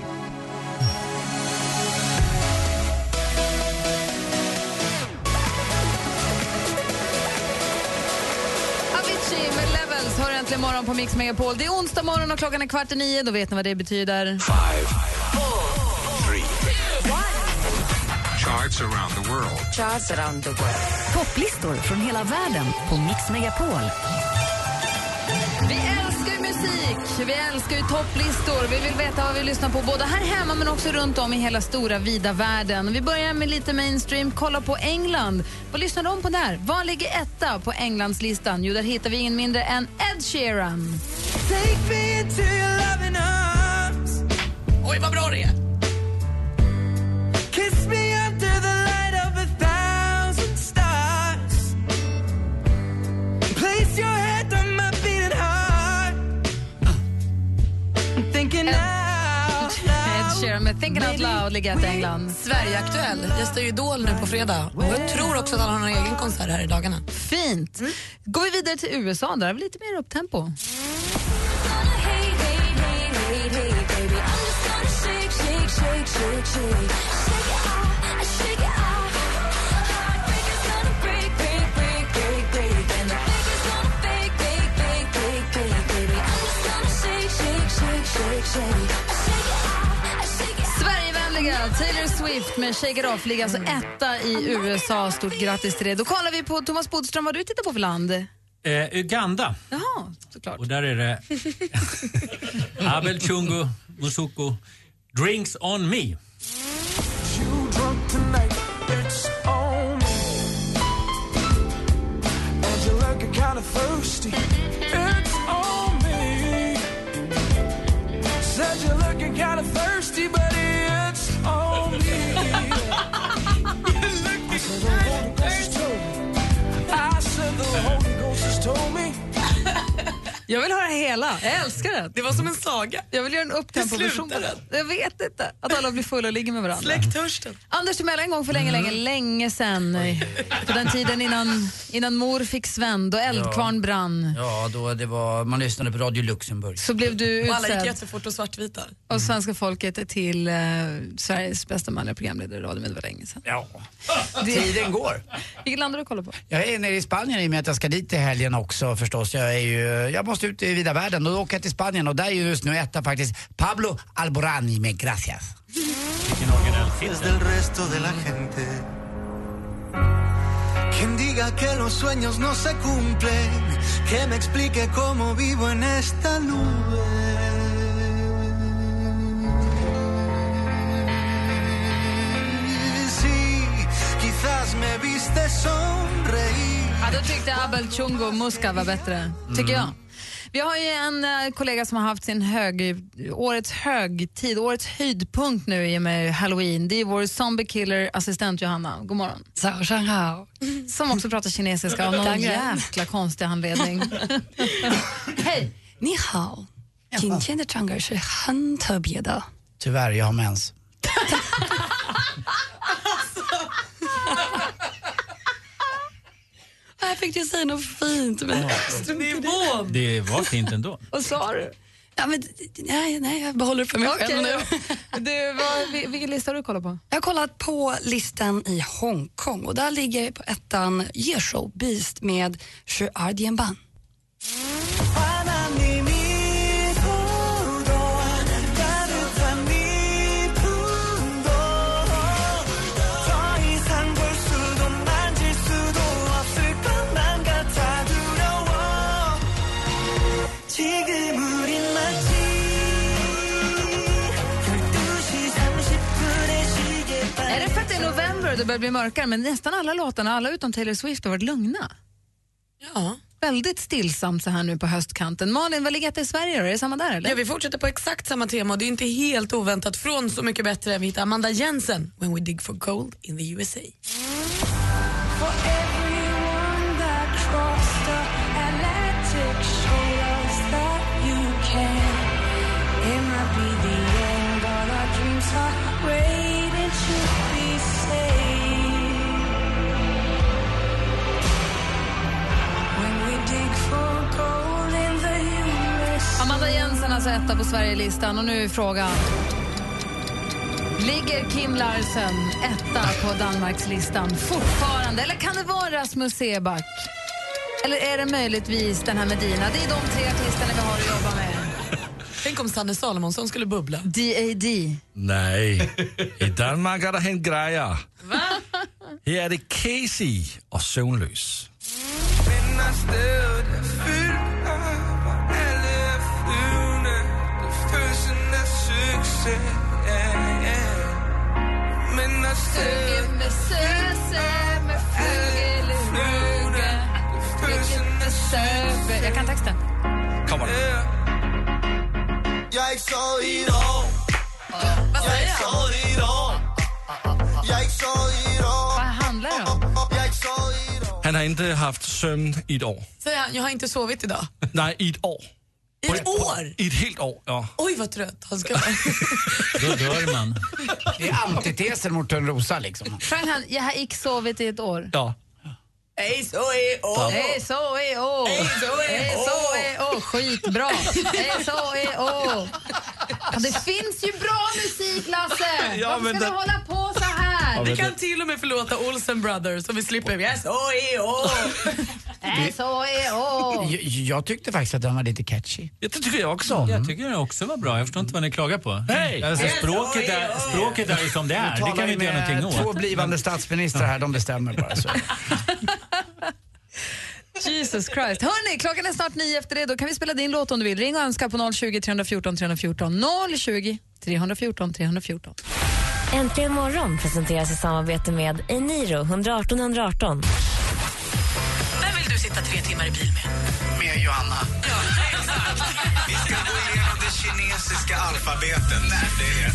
B: Med Levels har Äntligen morgon på Mix Megapol. Det är onsdag morgon och klockan är 8:15. Då vet ni vad det betyder.
I: 5, 4, 3, 2, 1. Charts around the world.
A: Charts around the world. Topplistor från hela världen på Mix Megapol.
B: Vi älskar ju musik, vi älskar ju topplistor. Vi vill veta vad vi lyssnar på både här hemma men också runt om i hela stora vida världen. Vi börjar med lite mainstream. Kolla på England. Vad lyssnar de på där? Vad ligger etta på Englands listan? Jo, där hittar vi ingen mindre än Ed Sheeran.
M: Take me into your loving arms.
H: Oj, vad bra det är.
M: Kiss me under the light of 1,000 stars. Place your head on my beating heart. I'm thinking out loud.
B: Ed Sheeran med Thinking Out Loud ligger i England.
H: Sverige-aktuell. Gästar ju Idol nu på fredag. Och jag tror också att han har en egen konsert här i dagarna.
B: Fint. Går vi vidare till USA, där har vi lite mer upptempo. Sverigevänliga Taylor Swift med Shake It Off ligger alltså etta i USA. Stort grattis till det. Då kollar vi på Thomas Bodström, vad du tittar på för land?
F: Uganda.
B: Jaha, såklart.
F: Och där är det Abel Chungu Musuku, Drinks on Me.
B: Jag vill höra hela. Jag älskar det.
H: Det var som en saga.
B: Jag vill göra en upptempo-version på det. Jag vet inte. Att alla blir fulla och ligger med varandra.
H: Släck törsten.
B: Anders Timell, en gång för länge sedan. På den tiden innan mor fick Sven, då Eldkvarn brann.
D: Ja, då det var, man lyssnade på Radio Luxemburg.
B: Så blev du
H: Och alla gick
B: utsedd
H: jättefort och svartvita.
B: av svenska folket till Sveriges bästa manliga programledare i radio, men det var länge sedan.
D: Ja, tiden går.
B: Vilket land har du kollat på?
D: Jag är nere i Spanien i och med att jag ska dit i helgen också förstås. Jag måste ut i vida världen och då åker jag till Spanien och där är ju just nu etta faktiskt Pablo Alborán med Gracias.
F: Vilken originell titel.
M: Del resto de la gente. Quien diga que los sueños no se cumplen, que me explique cómo vivo en esta nube. Sí, quizás me viste sonreír.
B: Ja, då tyckte Abel Chungo Muska var bättre, tycker jag. Vi har ju en kollega som har haft sin årets högtid, årets höjdpunkt nu i och med Halloween. Det är vår zombie killer assistent Johanna. God morgon. Som också pratar kinesiska av någon jäkla konstig anledning. Hej.
K: Ni hao. 今天的唱歌是很特别的.
D: Tyvärr, jag har mens.
K: Jag fick ju säga något fint. Men
F: Det var fint ändå.
B: Vad sa du?
K: ja, men, nej, jag behåller det för mig själv nu.
B: Vilken lista har du kollat på?
K: Jag har kollat på listan i Hongkong och där ligger på ettan Yeshow Beast med Je Ardien Ban.
B: Det börjar bli mörkare, men nästan alla låtarna, alla utom Taylor Swift, har varit lugna.
H: Ja.
B: Väldigt stillsamt så här nu på höstkanten. Malin, vad ligger det i Sverige då? Är det samma där eller?
H: Ja, vi fortsätter på exakt samma tema och det är inte helt oväntat från Så mycket bättre. Vi hittar Amanda Jensen, When We Dig For Gold in the USA.
B: Amanda Jensen alltså etta på Sverigelistan och nu är frågan: ligger Kim Larsen etta på Danmarkslistan fortfarande? Eller kan det vara Rasmus Seback? Eller är det möjligtvis den här Medina? Det är de tre artisterna vi har att jobba med.
H: Tänk om Sanne Salomonsson skulle bubbla.
B: D.A.D.
N: Nej, i Danmark har der hänt grejer.
H: Va?
N: Her er det Casey og Søvnløs.
B: Jag kan texten.
N: Kommer det.
M: Jag är så idag. Jag är så idag. Jag är så idag.
B: Vad handlar det om?
M: Jag är så idag.
N: Han har inte haft sömn i ett år.
H: Säger han, jag har inte sovit idag.
N: Nej, i ett år.
H: I ett år?
N: I ett helt år, ja.
H: Oj, vad trött han ska
F: Då dör man.
D: Det är antitesen mot Törnrosa liksom.
B: Sjöng han Jag har inte sovit i ett år?
N: Ja.
H: Ej så är å.
B: Ej så är å.
H: Ej så är å.
B: Skitbra. Ej så är å. Ja, det finns ju bra musik, Lasse.
N: Ja,
B: Varför
N: men
B: ska du hålla på så här?
H: Vi kan till och med förlåta Olsen Brothers så vi slipper. Jag så är å.
B: Ej så är å.
D: Jag tyckte faktiskt att den var lite catchy.
N: Ja, det tycker jag också.
F: Jag tycker det också var bra. Jag förstår inte vad ni klagar på.
N: Nej.
F: Alltså, språket är ju som det är. Det kan vi inte göra någonting åt.
D: Två blivande statsministrar här, de bestämmer bara så.
B: Jesus Christ. Hörrni, klockan är snart 9 efter det. Då kan vi spela din låt om du vill. Ring och önska på 020 314 314. 020 314 314.
J: Äntligen morgon presenteras i samarbete med Eniro 118 118.
H: Vem vill du sitta 3 timmar i bil med?
C: Med Johanna.
H: Ja, exakt.
C: Vi ska gå igenom det kinesiska alfabetet. Det är...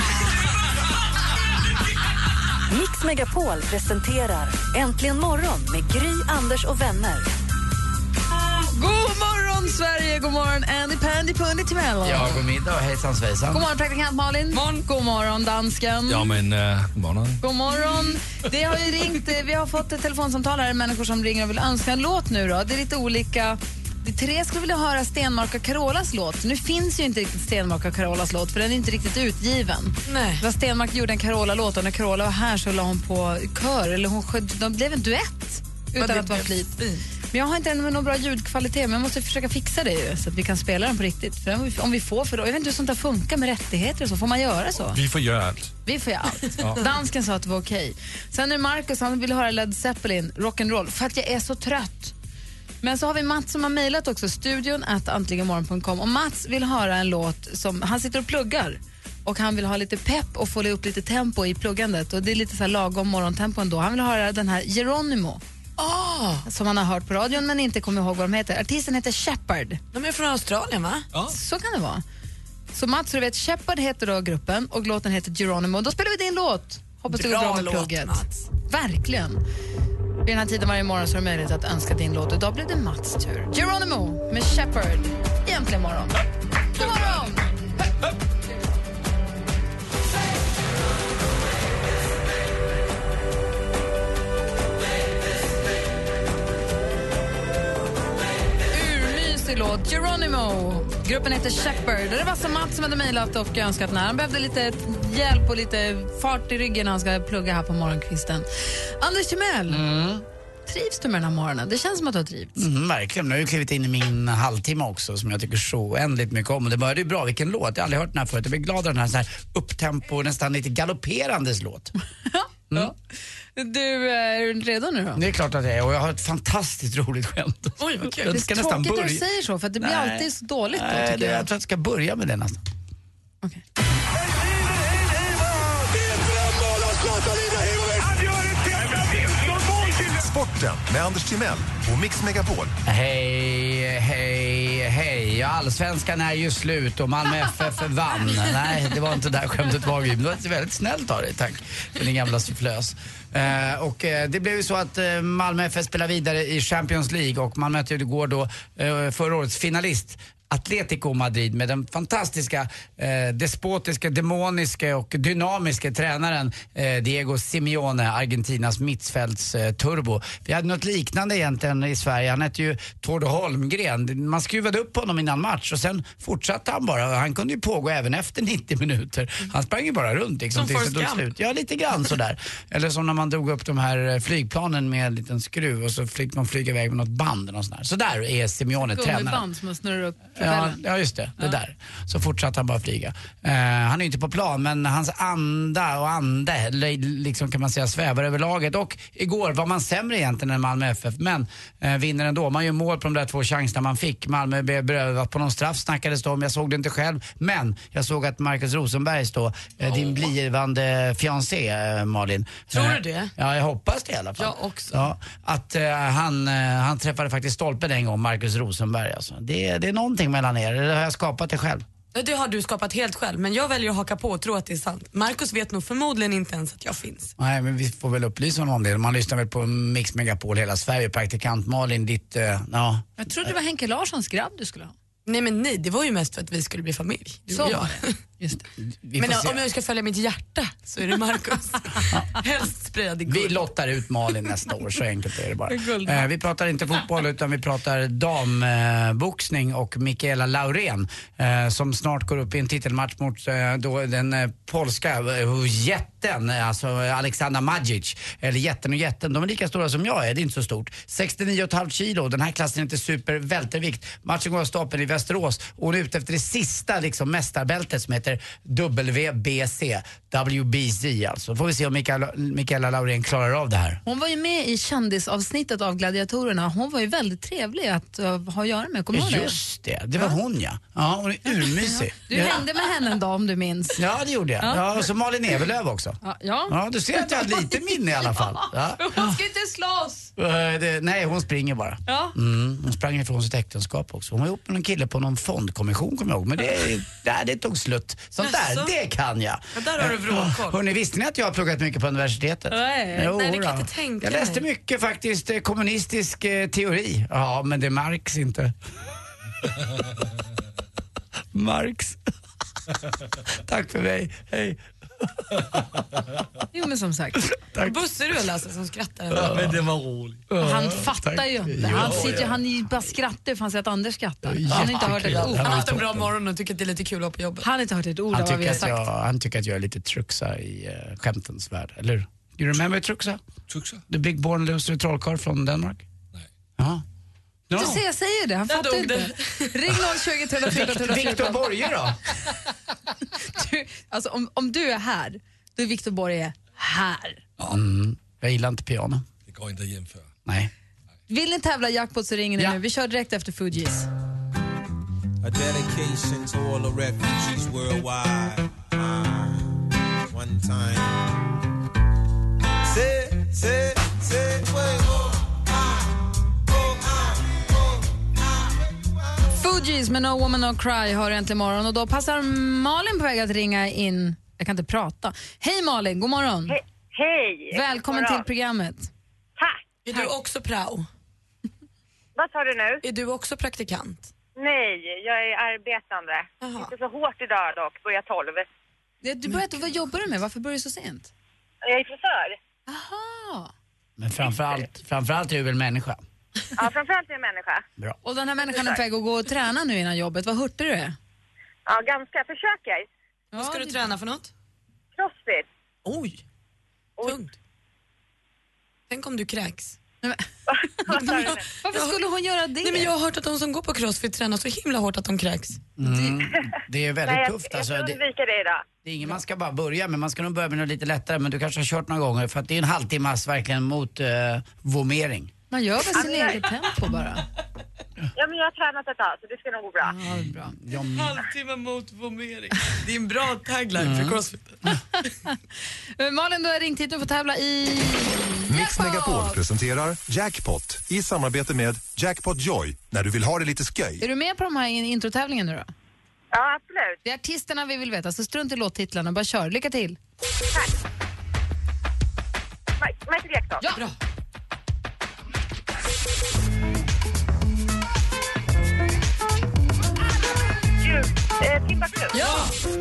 A: Mix Megapol presenterar Äntligen morgon med Gry, Anders och vänner.
B: God morgon Sverige, god morgon Andy Pandy Pundy Timell.
D: Ja, god middag och hejsan svejsan.
B: God morgon praktikant Malin. God morgon dansken.
N: Ja, men god morgon.
B: God morgon. Det har ju ringt, vi har fått ett telefonsamtal här, människor som ringer och vill önska en låt nu då. Det är lite olika. Therese skulle vilja höra Stenmark och Carolas låt. Nu finns ju inte riktigt Stenmark och Carolas låt för den är inte riktigt utgiven.
H: Nej.
B: När Stenmark gjorde en Carola-låt och när Carola var här så la hon på kör, eller de blev en duett utan att vara flit. Men jag har inte ännu någon bra ljudkvalitet, men jag måste försöka fixa det ju, så att vi kan spela den på riktigt. För om vi får, för då, jag vet inte hur sånt där funkar med rättigheter och så, får man göra så?
N: Vi får göra allt.
B: Vi får göra allt. Dansken sa att det var okej. Sen är Marcus, han vill höra Led Zeppelin, rock'n'roll, för att jag är så trött. Men så har vi Mats som har mejlat också, studion@antligenmorgon.com, och Mats vill höra en låt som, han sitter och pluggar och han vill ha lite pepp och få upp lite tempo i pluggandet, och det är lite så här lagom morgontempo ändå. Han vill höra den här Geronimo. Som han har hört på radion men inte kommer ihåg vad de heter. Artisten heter Shepard.
H: De är från Australien, va?
B: Ja. Så kan det vara. Så Mats, du vet, Shepard heter då gruppen och låten heter Geronimo. Då spelar vi din låt. Hoppas det går bra med plugget. Mats. Verkligen. Vid den här tiden varje morgon så är det möjligt att önska din låt. Idag blev det Mats tur. Geronimo med Shepard. Egentligen morgon. God morgon! Låt Geronimo. Gruppen heter Shepard. Det var som Mats som hade mejlat och önskat när han behövde lite hjälp och lite fart i ryggen när han ska plugga här på morgonkvisten. Anders Timell, trivs du med den här morgonen? Det känns som att du har trivts.
D: Verkligen. Nu har jag klivit in i min halvtimme också som jag tycker så oändligt mycket om. Och det började ju bra. Vilken låt. Jag har aldrig hört den här förut. Jag blir glad av den här upptempo, nästan lite galopperandes låt.
B: Ja. Du, är du redo nu då?
D: Det är klart att jag är, och jag har ett fantastiskt roligt skämt.
B: Oj, vad kul. Det är tråkigt att du säger så, för att det blir alltid så dåligt då, tycker jag.
D: Jag tror att jag ska börja med det nästan.
B: Okej.
O: Sporten med Anders Timell och Mix Megapol.
D: Hej, hej, hej. Ja, allsvenskan är ju slut och Malmö FF vann. Nej, det var inte där skämtet var. Det var väldigt snällt av dig, tack för din gamla sufflös. Det blev ju så att Malmö FF spelar vidare i Champions League och man mötte ju igår då förra årets finalist Atletico Madrid med den fantastiska, despotiska, demoniska och dynamiska tränaren Diego Simeone, Argentinas mittfälts turbo. Vi hade något liknande egentligen i Sverige. Han hette ju Tord Holmgren. Man skruvade upp honom innan match och sen fortsatte han bara. Han kunde ju pågå även efter 90 minuter. Han sprang ju bara runt liksom, tills det tog slut. Ja, lite grann sådär. Eller som när man drog upp de här flygplanen med en liten skruv och så fick man flyga iväg med något band eller något sånt där. Så där är Simeone tränaren.
B: Gummiband som man snurrar upp.
D: Ja, just det. Det där. Så fortsatte han bara flyga. Han är inte på plan, men hans ande liksom kan man säga svävar över laget. Och igår var man sämre egentligen än Malmö FF, men vinner ändå. Man gör mål på de där 2 chanserna man fick. Malmö blev berövat på någon straff, snackades det om. Jag såg det inte själv, men jag såg att Marcus Rosenbergs då, din blivande fiancé, Malin.
H: Tror du det?
D: Ja, jag hoppas det i alla fall.
H: Jag också.
D: Ja, att han träffade faktiskt stolpen en gång, Marcus Rosenberg. Alltså. Det är någonting mellan er. Det har jag skapat det själv.
H: Det har du skapat helt själv, men jag väljer att haka på och tro att det är sant. Marcus vet nog förmodligen inte ens att jag finns.
D: Nej, men vi får väl upplysa honom om det. Man lyssnar väl på Mix Megapol hela Sverige. Praktikant Malin, ditt, ja.
B: Jag trodde det var Henke Larssons grabb du skulle ha.
H: Nej, det var ju mest för att vi skulle bli familj.
B: Så var det. Just det.
H: Men om jag ska följa mitt hjärta så är det Marcus. Helst sprayad i guld.
D: Vi lottar ut Malin nästa år, så enkelt är det bara. Vi pratar inte fotboll utan vi pratar damboxning och Mikaela Laurén som snart går upp i en titelmatch mot då den polska jätten, alltså Alexandra Majic. Eller jätten, de är lika stora som jag är, det är inte så stort. 69,5 kilo, den här klassen är inte super vältervikt. Matchen går av stapeln i Västerås och hon är ute efter det sista liksom, mästarbältet som heter WBC alltså. Får vi se om Mikaela Laurén klarar av det här.
B: Hon var ju med i kändisavsnittet av Gladiatorerna. Hon var ju väldigt trevlig att ha att göra med.
D: Just det var hon ja. Ja, hon är urmysig.
B: Du hängde med henne en dag om du minns.
D: Ja, det gjorde jag. Ja, och så Malin Evelöv också. Ja, du ser att jag har lite minne i alla fall. Ja.
B: Hon ska inte slåss.
D: Nej, hon springer bara.
B: Ja.
D: Hon sprang ifrån sitt äktenskap också. Hon var ihop med en kille på någon fondkommission, kommer jag ihåg. Men det tog slut. Sånt där, det kan jag.
H: Ja, där har du vrålkoll.
D: Hörrni, visste ni att jag har pluggat mycket på universitetet?
H: Nej, det kan jag inte tänka
D: Jag läste mycket faktiskt kommunistisk teori. Ja, men det Marx inte. Marx. Tack för mig. Hej.
B: Jo, men som sagt.
H: Bussar du Lasse som skrattar?
N: Ja, men det var roligt.
B: Han fattar ju inte. Han bara skrattar för han säger att Anders skrattar. Han har inte hört ett ord.
H: Han har haft en bra morgon och tycker att det är lite kul att vara på jobbet.
B: Han har inte hört ett ord av vad vi har sagt.
D: Han tycker att jag är lite truxa i skämtens värld, eller hur? You remember truxa?
N: Truxa?
D: The big born loser trollkarl från Danmark?
N: Nej.
D: Ja.
B: Du ser, jag säger det, han fattar inte. Ring 020 314
D: Victor Borge då?
B: Alltså om du är här, då är Victor Borge här.
D: Jag gillar inte piano.
N: Det går inte att jämföra.
D: Nej.
B: Vill ni tävla jackpot så ringer ni nu. Vi kör direkt efter Fugees.
P: A dedication to all the refugees worldwide. One time. Say, wait,
B: Fugees med No Woman No Cry har äntligen morgon och då passar Malin på väg att ringa in. Jag kan inte prata. Hej Malin, god morgon.
Q: Hej.
B: Välkommen till programmet.
Q: Tack.
H: Är du också prao?
Q: Vad sa du nu?
H: Är du också praktikant?
Q: Nej, jag är arbetande. Inte så hårt idag dock, börjar 12.
B: Du började, vad jobbar du med? Varför börjar du så sent?
Q: Jag är frisör.
B: Aha.
D: Men framförallt är du väl människa?
Q: Ja, framförallt är jag människa.
D: Bra.
B: Och den här människan är på väg att gå och träna nu innan jobbet. Vad hurtig du är?
Q: Ja, ganska. Försöker.
H: Vad ska du träna för något?
Q: Crossfit.
H: Oj. Tungt. Tänk om du kräks.
B: Varför skulle hon göra det?
H: Nej, men jag har hört att de som går på crossfit tränar så himla hårt att de kräks.
D: Det är väldigt tufft.
Q: Jag undviker det idag.
D: Det är ingen man ska bara börja, men man ska nog börja med något lite lättare. Men du kanske har kört några gånger, för att det är en halvtimmas verkligen mot vomering.
B: Man gör väl sin eget tempo bara.
Q: Ja, men jag har tränat ett tag så det ska nog gå bra.
B: Ja, bra.
H: En halvtimme mot vomering. Det är en bra tagline för crossfit.
B: Malin, du har ringt hit och får tävla i
O: Mix Megapol presenterar Jackpot i samarbete med Jackpot Joy, när du vill ha det lite sköj.
B: Är du med på de här introtävlingen nu då?
Q: Ja, absolut.
B: Det är artisterna vi vill veta, så strunt i låttitlarna, bara kör. Lycka till.
Q: Tack. Michael Jackson.
B: Ja, bra.
Q: Timbuktu.
B: Ja!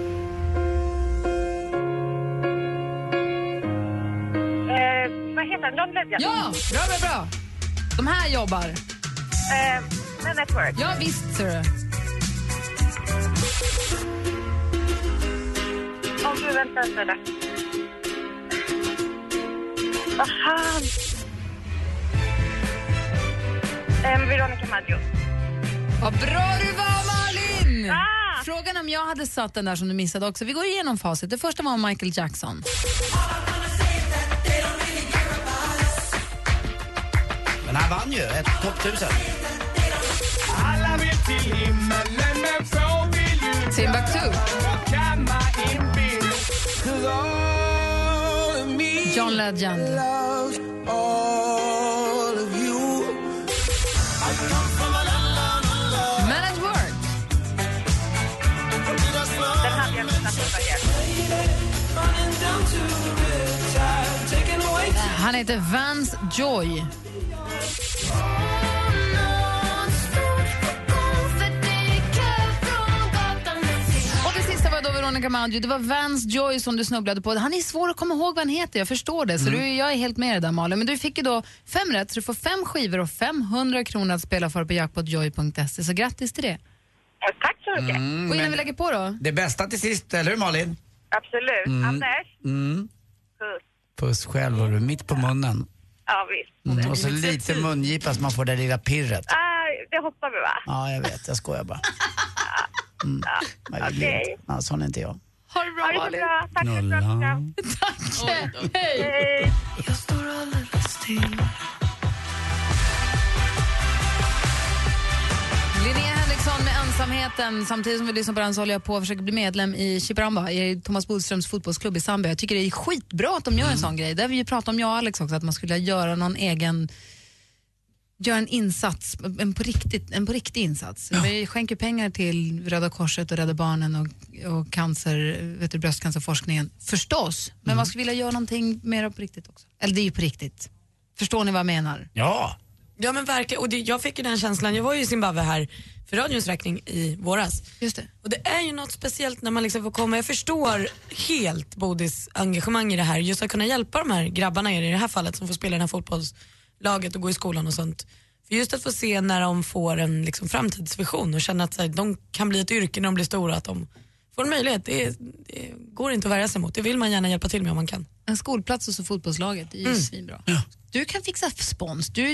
Q: Vad heter han? John Legend?
B: Ja, bra. De här jobbar.
Q: Men Network.
B: Ja, visst, ser du.
Q: Du vänta. Vad fan? Veronica Maggio.
B: Vad bra du var, Malin! Frågan om jag hade satt den där som du missade också. Vi går igenom facit. Det första var Michael Jackson.
D: Den här vann ju ett topp 1000.
M: Alla vill till himmelen, men få vill ju
B: Timbuktu. John Legend. Men at Work.
Q: Den hade jag missat på
B: Han heter Vance Joy. Veronica Maggio. Det var Vance Joy som du snubblade på. Han är svår att komma ihåg vad han heter, jag förstår det. Så jag är helt med det där, Malin. Men du fick ju då 5 rätt, så du får 5 skivor och 500 kronor att spela för på jackpotjoy.se. Så grattis till det.
Q: Tack så mycket.
B: Och innan vi lägger på då?
D: Det bästa till sist, eller hur Malin?
Q: Absolut. Anders?
D: Puss själv, var du mitt på munnen.
Q: Ja, visst.
D: Och så lite mungipa så man får det lilla pirret.
Q: Det hoppar vi, va?
D: Ja, jag vet. Jag skojar bara.
Q: Okej.
D: Ja, sån är inte jag.
B: Ha det bra,
Q: Malin. Tack för ett bra program.
B: Tack.
Q: Hej.
M: Jag står alldeles still.
B: Linnea Henriksson med ensamheten. Samtidigt som vi lyssnar på den så håller jag på att försöka bli medlem i Chipiramba, i Thomas Bodströms fotbollsklubb i Zambia. Jag tycker det är skitbra att de gör en sån grej. Där vi ju pratade om, jag och Alex också, att man skulle göra någon egen, göra en insats, en på riktig insats. Ja. Vi skänker pengar till Röda Korset och Rädda Barnen och cancer, bröstcancerforskningen förstås. Men man skulle vilja göra någonting mer på riktigt också. Eller det är ju på riktigt. Förstår ni vad jag menar?
D: Ja.
H: Ja men verkligen, och jag fick ju den känslan, jag var ju i Zimbabwe här för radions räkning i våras.
B: Just det.
H: Och det är ju något speciellt när man liksom får komma, jag förstår helt Bodis engagemang i det här, just att kunna hjälpa de här grabbarna i det här fallet som får spela i det här fotbollslaget och gå i skolan och sånt. För just att få se när de får en liksom framtidsvision och känna att så här, de kan bli ett yrke när de blir stora, att de får en möjlighet, det går inte att värja sig mot, det vill man gärna hjälpa till med om man kan.
B: En skolplats och så fotbollslaget, det är ju svinbra.
D: Ja.
B: Du kan fixa spons. Du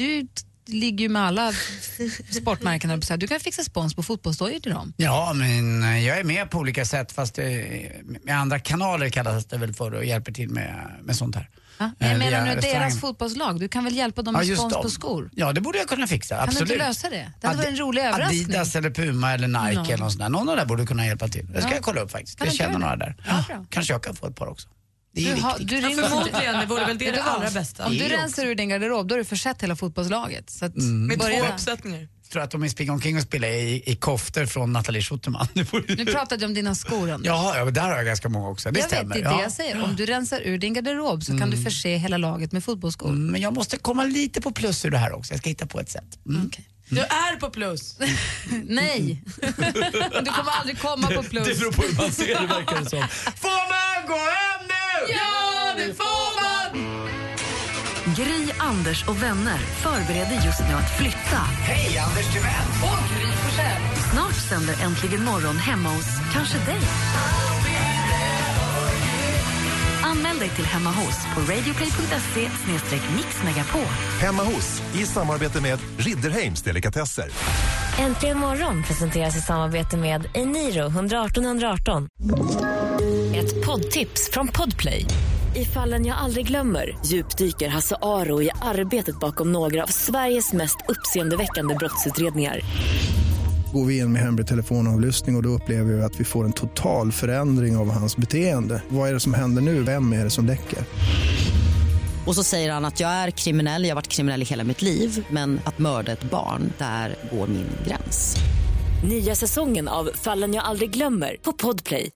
B: ligger ju med alla sportmärken. Du kan fixa spons på fotbollsdojor till dem.
D: Ja, men jag är med på olika sätt, fast med andra kanaler kallas det väl för och hjälper till med sånt här.
B: Ja, jag menar nu deras fotbollslag. Du kan väl hjälpa dem med spons på skor?
D: Ja, det borde jag kunna fixa,
B: kan
D: absolut.
B: Kan du inte lösa det? Det hade varit en rolig överraskning.
D: Adidas eller Puma eller Nike eller något sånt där. Någon av där borde kunna hjälpa till. Det ska jag kolla upp faktiskt. Jag känner några där.
B: Ja,
D: kanske jag kan få ett par också. Det är
H: förmodligen, det vore väl det allra bästa.
B: Om du rensar ur din garderob, då har du försett hela fotbollslaget. Så att
H: med 2 uppsättningar.
D: Jag tror att de är springer omkring och spelar i koftor från Nathalie Schutterman.
B: Nu pratade jag om dina skor.
D: Ja, men där har jag ganska många också. Det stämmer.
B: Vet, det är det jag säger. Om du rensar ur din garderob så kan du förse hela laget med fotbollsskor.
D: Men jag måste komma lite på plus ur det här också. Jag ska hitta på ett sätt.
B: Okay.
H: Du är på plus.
B: Nej. Du kommer aldrig komma på plus.
N: Det beror på hur man ser det, verkar det som.
D: Får man gå hem nu?
B: Ja, det får man!
A: Gry, Anders och vänner förbereder just nu att flytta.
D: Hej, Anders till vän.
B: Och Gry Forssell.
A: Snart sänder Äntligen morgon hemma hos kanske dig. Anmäl dig till Hemma hos på radioplay.se/mixmegapol.
O: Hemma hos, i samarbete med Ridderheims delikatesser.
J: Äntligen morgon presenteras i samarbete med Eniro 118 118. Ett poddtips från Podplay. I Fallen jag aldrig glömmer djupdyker Hasse Aro i arbetet bakom några av Sveriges mest uppseendeväckande brottsutredningar.
R: Går vi in med hemlig telefonavlyssning och då upplever vi att vi får en total förändring av hans beteende. Vad är det som händer nu? Vem är det som läcker?
S: Och så säger han att jag är kriminell, jag har varit kriminell i hela mitt liv, men att mörda ett barn, där går min gräns.
J: Nya säsongen av Fallen jag aldrig glömmer på Podplay.